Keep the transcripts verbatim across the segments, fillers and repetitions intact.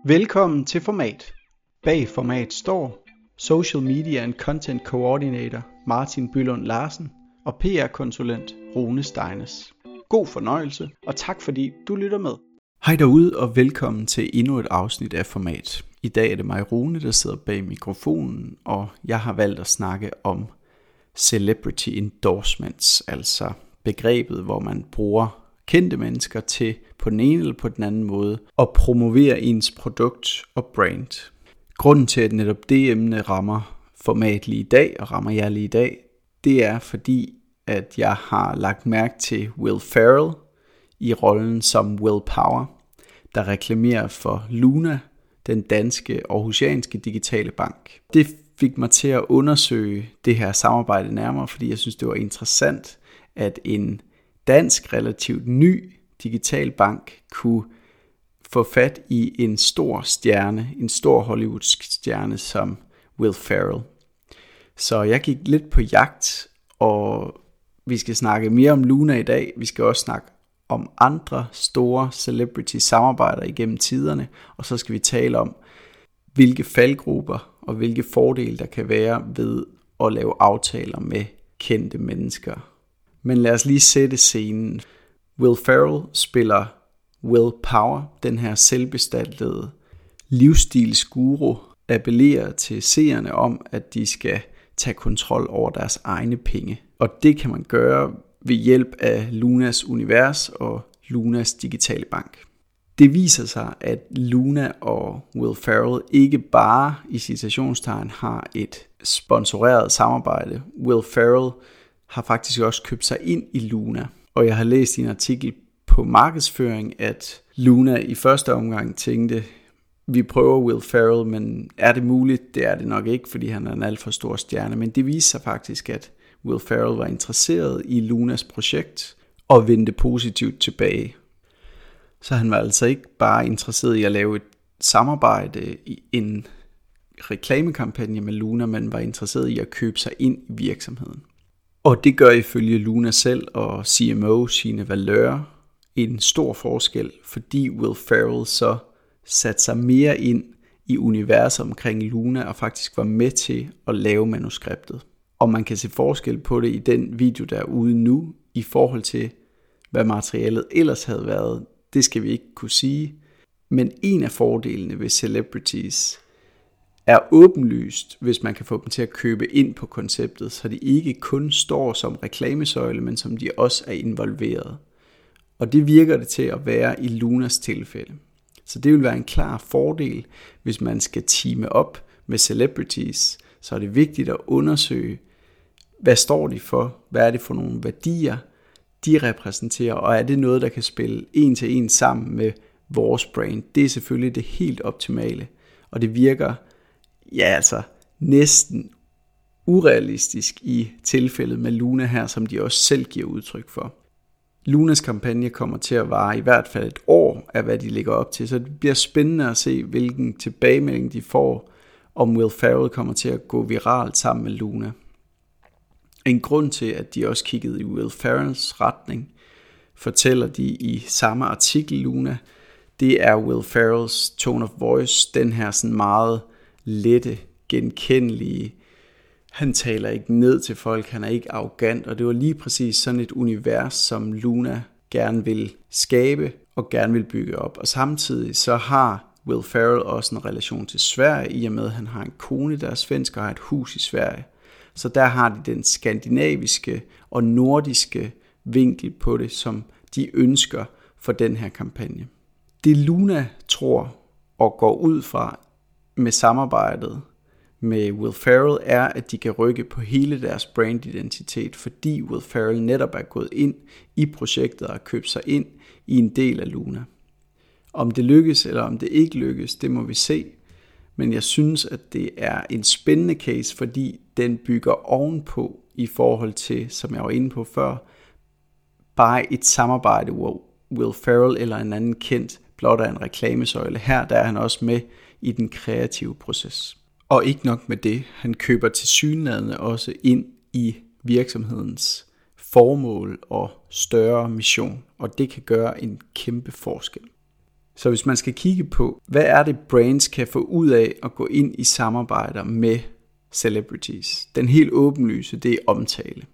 Velkommen til Format. Bag Format står Social Media and Content Coordinator Martin Bylund Larsen og P R-konsulent Rune Steines. God fornøjelse, og tak fordi du lytter med. Hej derude, og velkommen til endnu et afsnit af Format. I dag er det mig, Rune, der sidder bag mikrofonen, og jeg har valgt at snakke om celebrity endorsements, altså begrebet, hvor man bruger kendte mennesker til på den ene eller på den anden måde at promovere ens produkt og brand. Grunden til, at netop det emne rammer Format lige i dag, og rammer jer lige i dag, det er fordi, at jeg har lagt mærke til Will Ferrell i rollen som Will Power, der reklamerer for Luna, den danske aarhusianske digitale bank. Det fik mig til at undersøge det her samarbejde nærmere, fordi jeg synes, det var interessant, at en dansk relativt ny digital bank kunne få fat i en stor stjerne, en stor hollywoodsk stjerne som Will Ferrell. Så jeg gik lidt på jagt, og vi skal snakke mere om Luna i dag. Vi skal også snakke om andre store celebrity samarbejder igennem tiderne, og så skal vi tale om, hvilke faldgrupper og hvilke fordele der kan være ved at lave aftaler med kendte mennesker. Men lad os lige sætte scenen. Will Ferrell spiller Will Power, den her selvbestaltede livsstilsguru, appellerer til seerne om, at de skal tage kontrol over deres egne penge. Og det kan man gøre ved hjælp af Lunas univers og Lunas digitale bank. Det viser sig, at Luna og Will Ferrell ikke bare i citationstegn har et sponsoreret samarbejde. Will Ferrell har faktisk også købt sig ind i Luna. Og jeg har læst i en artikel på markedsføring, at Luna i første omgang tænkte, vi prøver Will Ferrell, men er det muligt? Det er det nok ikke, fordi han er en alt for stor stjerne. Men det viser sig faktisk, at Will Ferrell var interesseret i Lunas projekt og vendte positivt tilbage. Så han var altså ikke bare interesseret i at lave et samarbejde i en reklamekampagne med Luna, men var interesseret i at købe sig ind i virksomheden. Og det gør ifølge Luna selv og C M O Signe Valeur en stor forskel, fordi Will Ferrell så satte sig mere ind i universet omkring Luna og faktisk var med til at lave manuskriptet. Og man kan se forskel på det i den video, der er ude nu, i forhold til, hvad materialet ellers havde været. Det skal vi ikke kunne sige. Men en af fordelene ved celebrities er åbenlyst, hvis man kan få dem til at købe ind på konceptet, så de ikke kun står som reklamesøjle, men som de også er involveret. Og det virker det til at være i Lunas tilfælde. Så det vil være en klar fordel, hvis man skal teame op med celebrities, så er det vigtigt at undersøge, hvad står de for, hvad er det for nogle værdier, de repræsenterer, og er det noget, der kan spille en til en sammen med vores brand. Det er selvfølgelig det helt optimale, og det virker ja, altså næsten urealistisk i tilfældet med Luna her, som de også selv giver udtryk for. Lunas kampagne kommer til at vare i hvert fald et år af, hvad de lægger op til, så det bliver spændende at se, hvilken tilbagemelding de får, om Will Ferrell kommer til at gå viralt sammen med Luna. En grund til, at de også kiggede i Will Ferrells retning, fortæller de i samme artikel Luna, det er Will Ferrells tone of voice, den her sådan meget lette, genkendelige. Han taler ikke ned til folk, han er ikke arrogant, og det var lige præcis sådan et univers, som Luna gerne vil skabe og gerne vil bygge op. Og samtidig så har Will Ferrell også en relation til Sverige, i og med at han har en kone, der er svensk og har et hus i Sverige. Så der har de den skandinaviske og nordiske vinkel på det, som de ønsker for den her kampagne. Det Luna tror og går ud fra med samarbejdet med Will Ferrell er, at de kan rykke på hele deres brandidentitet, fordi Will Ferrell netop er gået ind i projektet og købt sig ind i en del af Luna. Om det lykkes eller om det ikke lykkes, det må vi se. Men jeg synes, at det er en spændende case, fordi den bygger ovenpå i forhold til, som jeg var inde på før, bare et samarbejde, hvor Will Ferrell eller en anden kendt blot er en reklamesøjle. Her der er han også med i den kreative proces. Og ikke nok med det, han køber tilsyneladende også ind i virksomhedens formål og større mission, og det kan gøre en kæmpe forskel. Så hvis man skal kigge på, hvad er det brands kan få ud af at gå ind i samarbejder med celebrities? Den helt åbenlyse, det er omtale.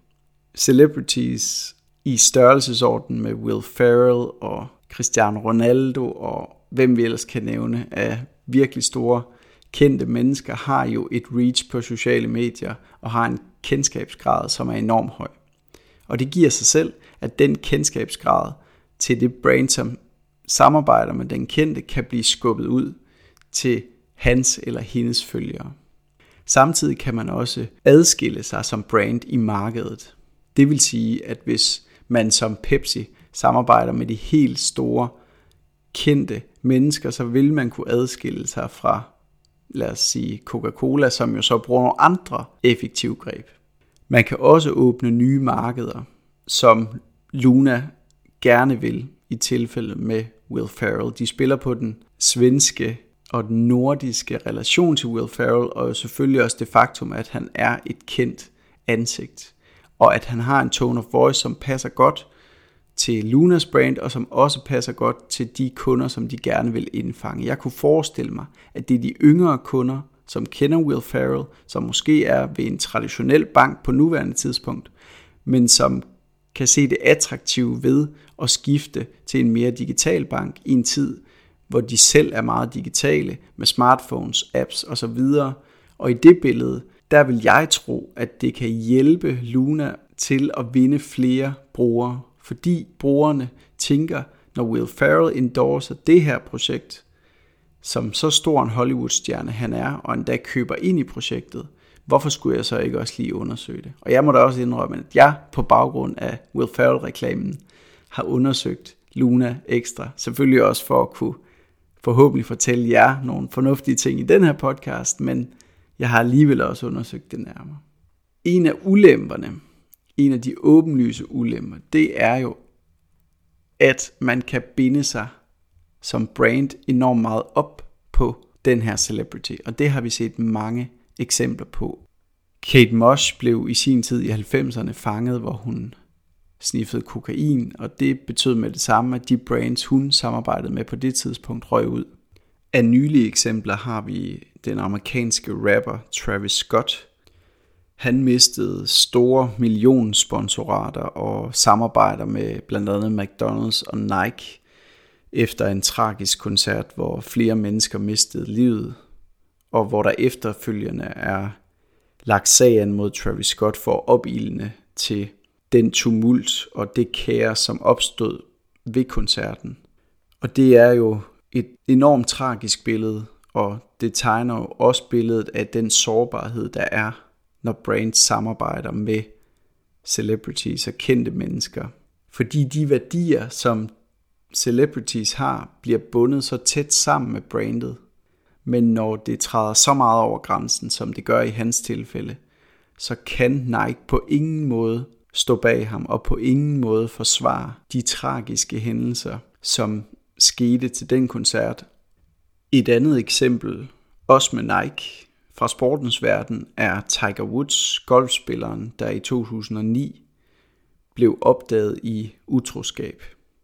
Celebrities i størrelsesorden med Will Ferrell og Cristiano Ronaldo og hvem vi ellers kan nævne af virkelig store kendte mennesker, har jo et reach på sociale medier og har en kendskabsgrad, som er enormt høj. Og det giver sig selv, at den kendskabsgrad til det brand, som samarbejder med den kendte, kan blive skubbet ud til hans eller hendes følgere. Samtidig kan man også adskille sig som brand i markedet. Det vil sige, at hvis man som Pepsi samarbejder med de helt store, kendte mennesker, så vil man kunne adskille sig fra, lad os sige, Coca-Cola, som jo så bruger nogle andre effektive greb. Man kan også åbne nye markeder, som Luna gerne vil i tilfælde med Will Ferrell. De spiller på den svenske og den nordiske relation til Will Ferrell, og selvfølgelig også det faktum, at han er et kendt ansigt, og at han har en tone of voice, som passer godt til Lunas brand, og som også passer godt til de kunder, som de gerne vil indfange. Jeg kunne forestille mig, at det er de yngre kunder, som kender Will Ferrell, som måske er ved en traditionel bank på nuværende tidspunkt, men som kan se det attraktive ved at skifte til en mere digital bank i en tid, hvor de selv er meget digitale med smartphones, apps osv. Og i det billede, der vil jeg tro, at det kan hjælpe Luna til at vinde flere brugere, fordi brugerne tænker, når Will Ferrell endorser det her projekt, som så stor en Hollywood-stjerne han er, og endda køber ind i projektet, hvorfor skulle jeg så ikke også lige undersøge det? Og jeg må da også indrømme, at jeg på baggrund af Will Ferrell-reklamen har undersøgt Luna ekstra. Selvfølgelig også for at kunne forhåbentlig fortælle jer nogle fornuftige ting i den her podcast, men jeg har alligevel også undersøgt det nærmere. En af ulemperne, en af de åbenlyse ulemper, det er jo, at man kan binde sig som brand enormt meget op på den her celebrity, og det har vi set mange eksempler på. Kate Mosh blev i sin tid i halvfemserne fanget, hvor hun sniffede kokain, og det betød med det samme, at de brands, hun samarbejdede med på det tidspunkt, røg ud. Af nylige eksempler har vi den amerikanske rapper Travis Scott. Han mistede store millionsponsorater og samarbejder med blandt andet McDonald's og Nike efter en tragisk koncert, hvor flere mennesker mistede livet, og hvor der efterfølgende er lagt sagen mod Travis Scott for at opildne til den tumult og det kaos, som opstod ved koncerten. Og det er jo et enormt tragisk billede, og det tegner jo også billedet af den sårbarhed, der er, når brands samarbejder med celebrities og kendte mennesker. Fordi de værdier, som celebrities har, bliver bundet så tæt sammen med brandet. Men når det træder så meget over grænsen, som det gør i hans tilfælde, så kan Nike på ingen måde stå bag ham og på ingen måde forsvare de tragiske hændelser, som skete til den koncert. Et andet eksempel, også med Nike, fra sportens verden, er Tiger Woods, golfspilleren, der i to tusind og ni blev opdaget i utroskab.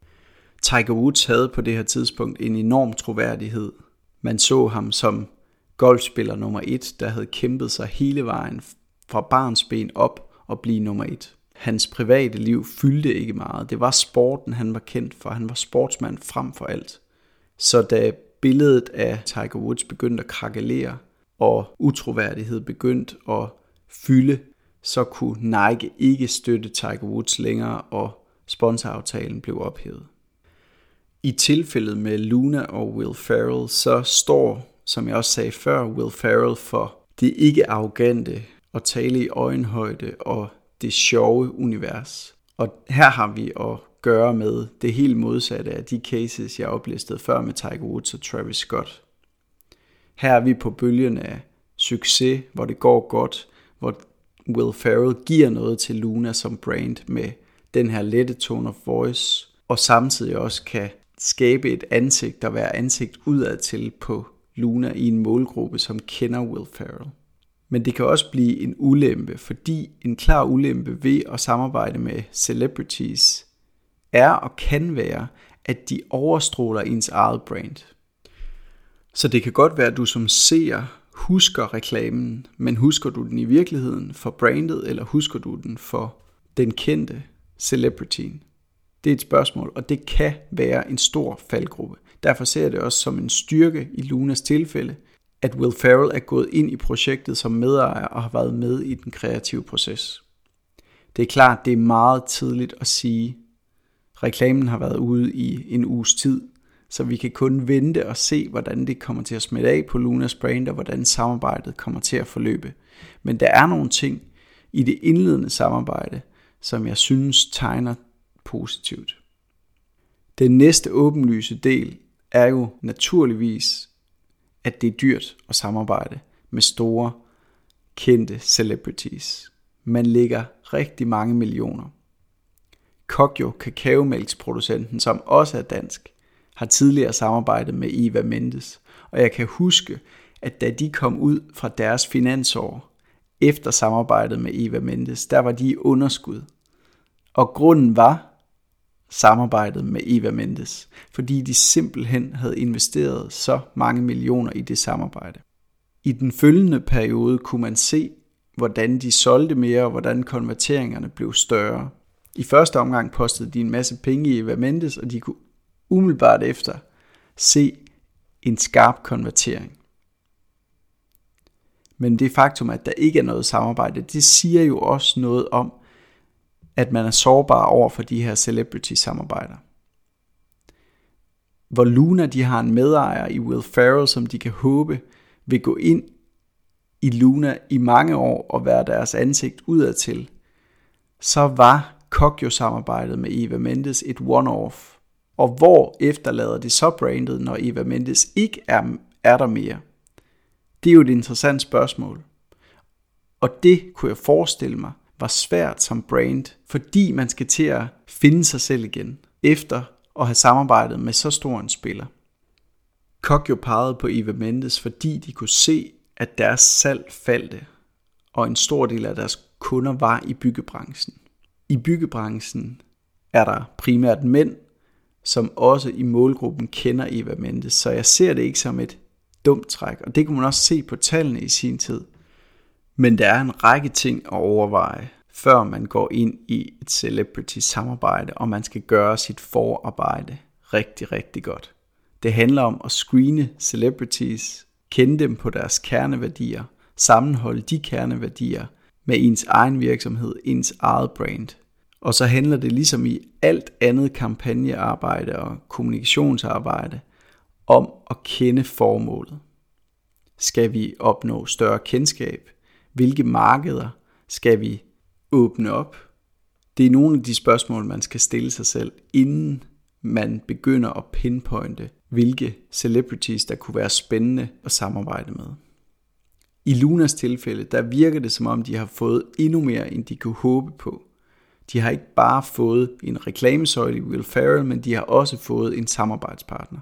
Tiger Woods havde på det her tidspunkt en enorm troværdighed. Man så ham som golfspiller nummer et, der havde kæmpet sig hele vejen fra barnsben op og blive nummer et. Hans private liv fyldte ikke meget. Det var sporten, han var kendt for. Han var sportsmand frem for alt. Så da billedet af Tiger Woods begyndte at krakelere, og utroværdighed begyndte at fylde, så kunne Nike ikke støtte Tiger Woods længere, og sponsoraftalen blev ophævet. I tilfældet med Luna og Will Ferrell, så står, som jeg også sagde før, Will Ferrell for det ikke arrogante og tale i øjenhøjde og det sjove univers. Og her har vi at gøre med det helt modsatte af de cases, jeg oplistede før med Tiger Woods og Travis Scott. Her er vi på bølgen af succes, hvor det går godt, hvor Will Ferrell giver noget til Luna som brand med den her lette tone of voice, og samtidig også kan skabe et ansigt og være ansigt udad til på Luna i en målgruppe, som kender Will Ferrell. Men det kan også blive en ulempe, fordi en klar ulempe ved at samarbejde med celebrities er og kan være, at de overstråler ens eget brand. Så det kan godt være, at du som seer husker reklamen, men husker du den i virkeligheden for brandet, eller husker du den for den kendte celebrityen? Det er et spørgsmål, og det kan være en stor faldgruppe. Derfor ser jeg det også som en styrke i Lunas tilfælde, at Will Ferrell er gået ind i projektet som medejer og har været med i den kreative proces. Det er klart, det er meget tidligt at sige, reklamen har været ude i en uges tid, så vi kan kun vente og se, hvordan det kommer til at smitte af på Lunas brand, og hvordan samarbejdet kommer til at forløbe. Men der er nogle ting i det indledende samarbejde, som jeg synes tegner positivt. Den næste åbenlyse del er jo naturligvis, at det er dyrt at samarbejde med store, kendte celebrities. Man lægger rigtig mange millioner. Kokyo, kakaomælksproducenten, som også er dansk, har tidligere samarbejdet med Eva Mendes. Og jeg kan huske, at da de kom ud fra deres finansår efter samarbejdet med Eva Mendes, der var de i underskud. Og grunden var samarbejdet med Eva Mendes, fordi de simpelthen havde investeret så mange millioner i det samarbejde. I den følgende periode kunne man se, hvordan de solgte mere, og hvordan konverteringerne blev større. I første omgang postede de en masse penge i Eva Mendes, og de kunne umiddelbart efter se en skarp konvertering. Men det faktum, at der ikke er noget samarbejde, det siger jo også noget om, at man er sårbar over for de her celebrity-samarbejder. Hvor Luna, de har en medejer i Will Ferrell, som de kan håbe vil gå ind i Luna i mange år og være deres ansigt udadtil, så var Kokyo-samarbejdet med Eva Mendes et one-off. Og hvor efterlader det så brandet, når Eva Mendes ikke er, er der mere? Det er jo et interessant spørgsmål. Og det kunne jeg forestille mig var svært som brand, fordi man skal til at finde sig selv igen, efter at have samarbejdet med så stor en spiller. Kokyo pegede på Eva Mendes, fordi de kunne se, at deres salg faldt, og en stor del af deres kunder var i byggebranchen. I byggebranchen er der primært mænd, som også i målgruppen kender Eva Mendes, så jeg ser det ikke som et dumt træk, og det kunne man også se på tallene i sin tid. Men der er en række ting at overveje, før man går ind i et celebrity-samarbejde, og man skal gøre sit forarbejde rigtig, rigtig godt. Det handler om at screene celebrities, kende dem på deres kerneværdier, sammenholde de kerneværdier med ens egen virksomhed, ens eget brand. Og så handler det ligesom i alt andet kampagnearbejde og kommunikationsarbejde om at kende formålet. Skal vi opnå større kendskab? Hvilke markeder skal vi åbne op? Det er nogle af de spørgsmål, man skal stille sig selv, inden man begynder at pinpointe, hvilke celebrities, der kunne være spændende at samarbejde med. I Lunas tilfælde, der virker det som om, de har fået endnu mere, end de kunne håbe på. De har ikke bare fået en reklamesøjle i Will Ferrell, men de har også fået en samarbejdspartner.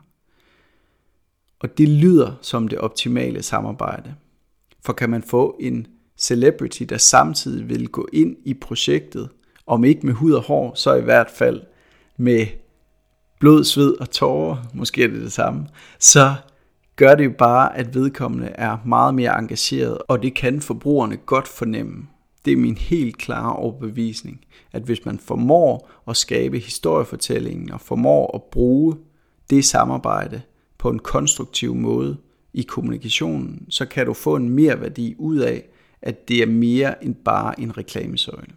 Og det lyder som det optimale samarbejde. For kan man få en celebrity, der samtidig vil gå ind i projektet, om ikke med hud og hår, så i hvert fald med blod, sved og tårer, måske er det det samme, så gør det jo bare, at vedkommende er meget mere engageret, og det kan forbrugerne godt fornemme. Det er min helt klare overbevisning, at hvis man formår at skabe historiefortællingen og formår at bruge det samarbejde på en konstruktiv måde i kommunikationen, så kan du få en mere værdi ud af, at det er mere end bare en reklamesøjle.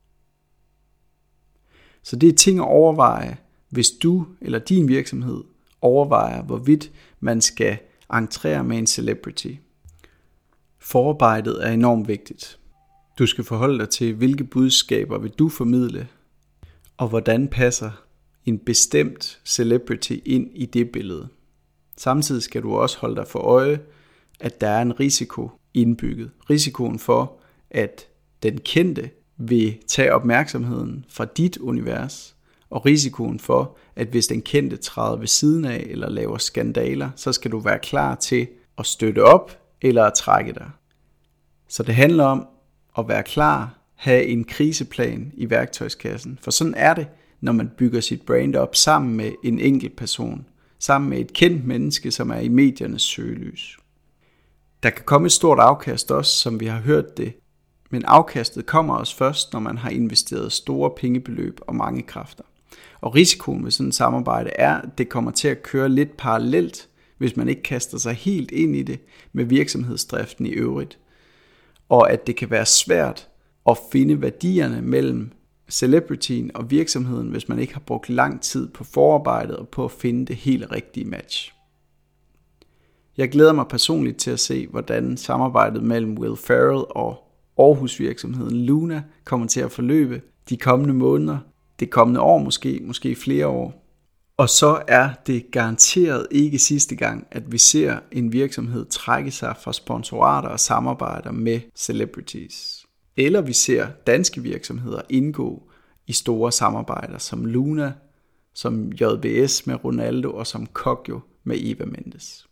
Så det er ting at overveje, hvis du eller din virksomhed overvejer, hvorvidt man skal entrere med en celebrity. Forarbejdet er enormt vigtigt. Du skal forholde dig til, hvilke budskaber vil du formidle, og hvordan passer en bestemt celebrity ind i det billede. Samtidig skal du også holde dig for øje, at der er en risiko indbygget. Risikoen for, at den kendte vil tage opmærksomheden fra dit univers, og risikoen for, at hvis den kendte træder ved siden af eller laver skandaler, så skal du være klar til at støtte op eller at trække dig. Så det handler om at være klar, have en kriseplan i værktøjskassen, for sådan er det, når man bygger sit brand op sammen med en enkelt person, sammen med et kendt menneske, som er i mediernes søgelys. Der kan komme et stort afkast også, som vi har hørt det, men afkastet kommer også først, når man har investeret store pengebeløb og mange kræfter. Og risikoen ved sådan et samarbejde er, at det kommer til at køre lidt parallelt, hvis man ikke kaster sig helt ind i det med virksomhedsdriften i øvrigt. Og at det kan være svært at finde værdierne mellem celebrityen og virksomheden, hvis man ikke har brugt lang tid på forarbejdet og på at finde det helt rigtige match. Jeg glæder mig personligt til at se, hvordan samarbejdet mellem Will Ferrell og Aarhus-virksomheden Luna kommer til at forløbe de kommende måneder, det kommende år måske, måske flere år. Og så er det garanteret ikke sidste gang, at vi ser en virksomhed trække sig fra sponsorater og samarbejder med celebrities. Eller vi ser danske virksomheder indgå i store samarbejder som Luna, som J B S med Ronaldo og som Kokyo med Eva Mendes.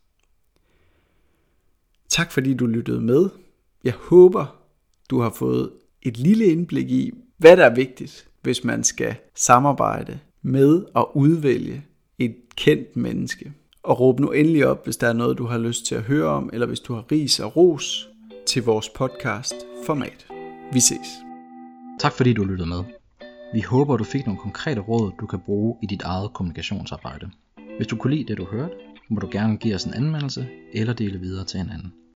Tak fordi du lyttede med. Jeg håber, du har fået et lille indblik i, hvad der er vigtigt, hvis man skal samarbejde med og udvælge et kendt menneske. Og råb nu endelig op, hvis der er noget, du har lyst til at høre om, eller hvis du har ris og ros til vores podcast format. Vi ses. Tak fordi du lyttede med. Vi håber, du fik nogle konkrete råd, du kan bruge i dit eget kommunikationsarbejde. Hvis du kunne lide det, du hørte, må du gerne give os en anmeldelse eller dele videre til en anden.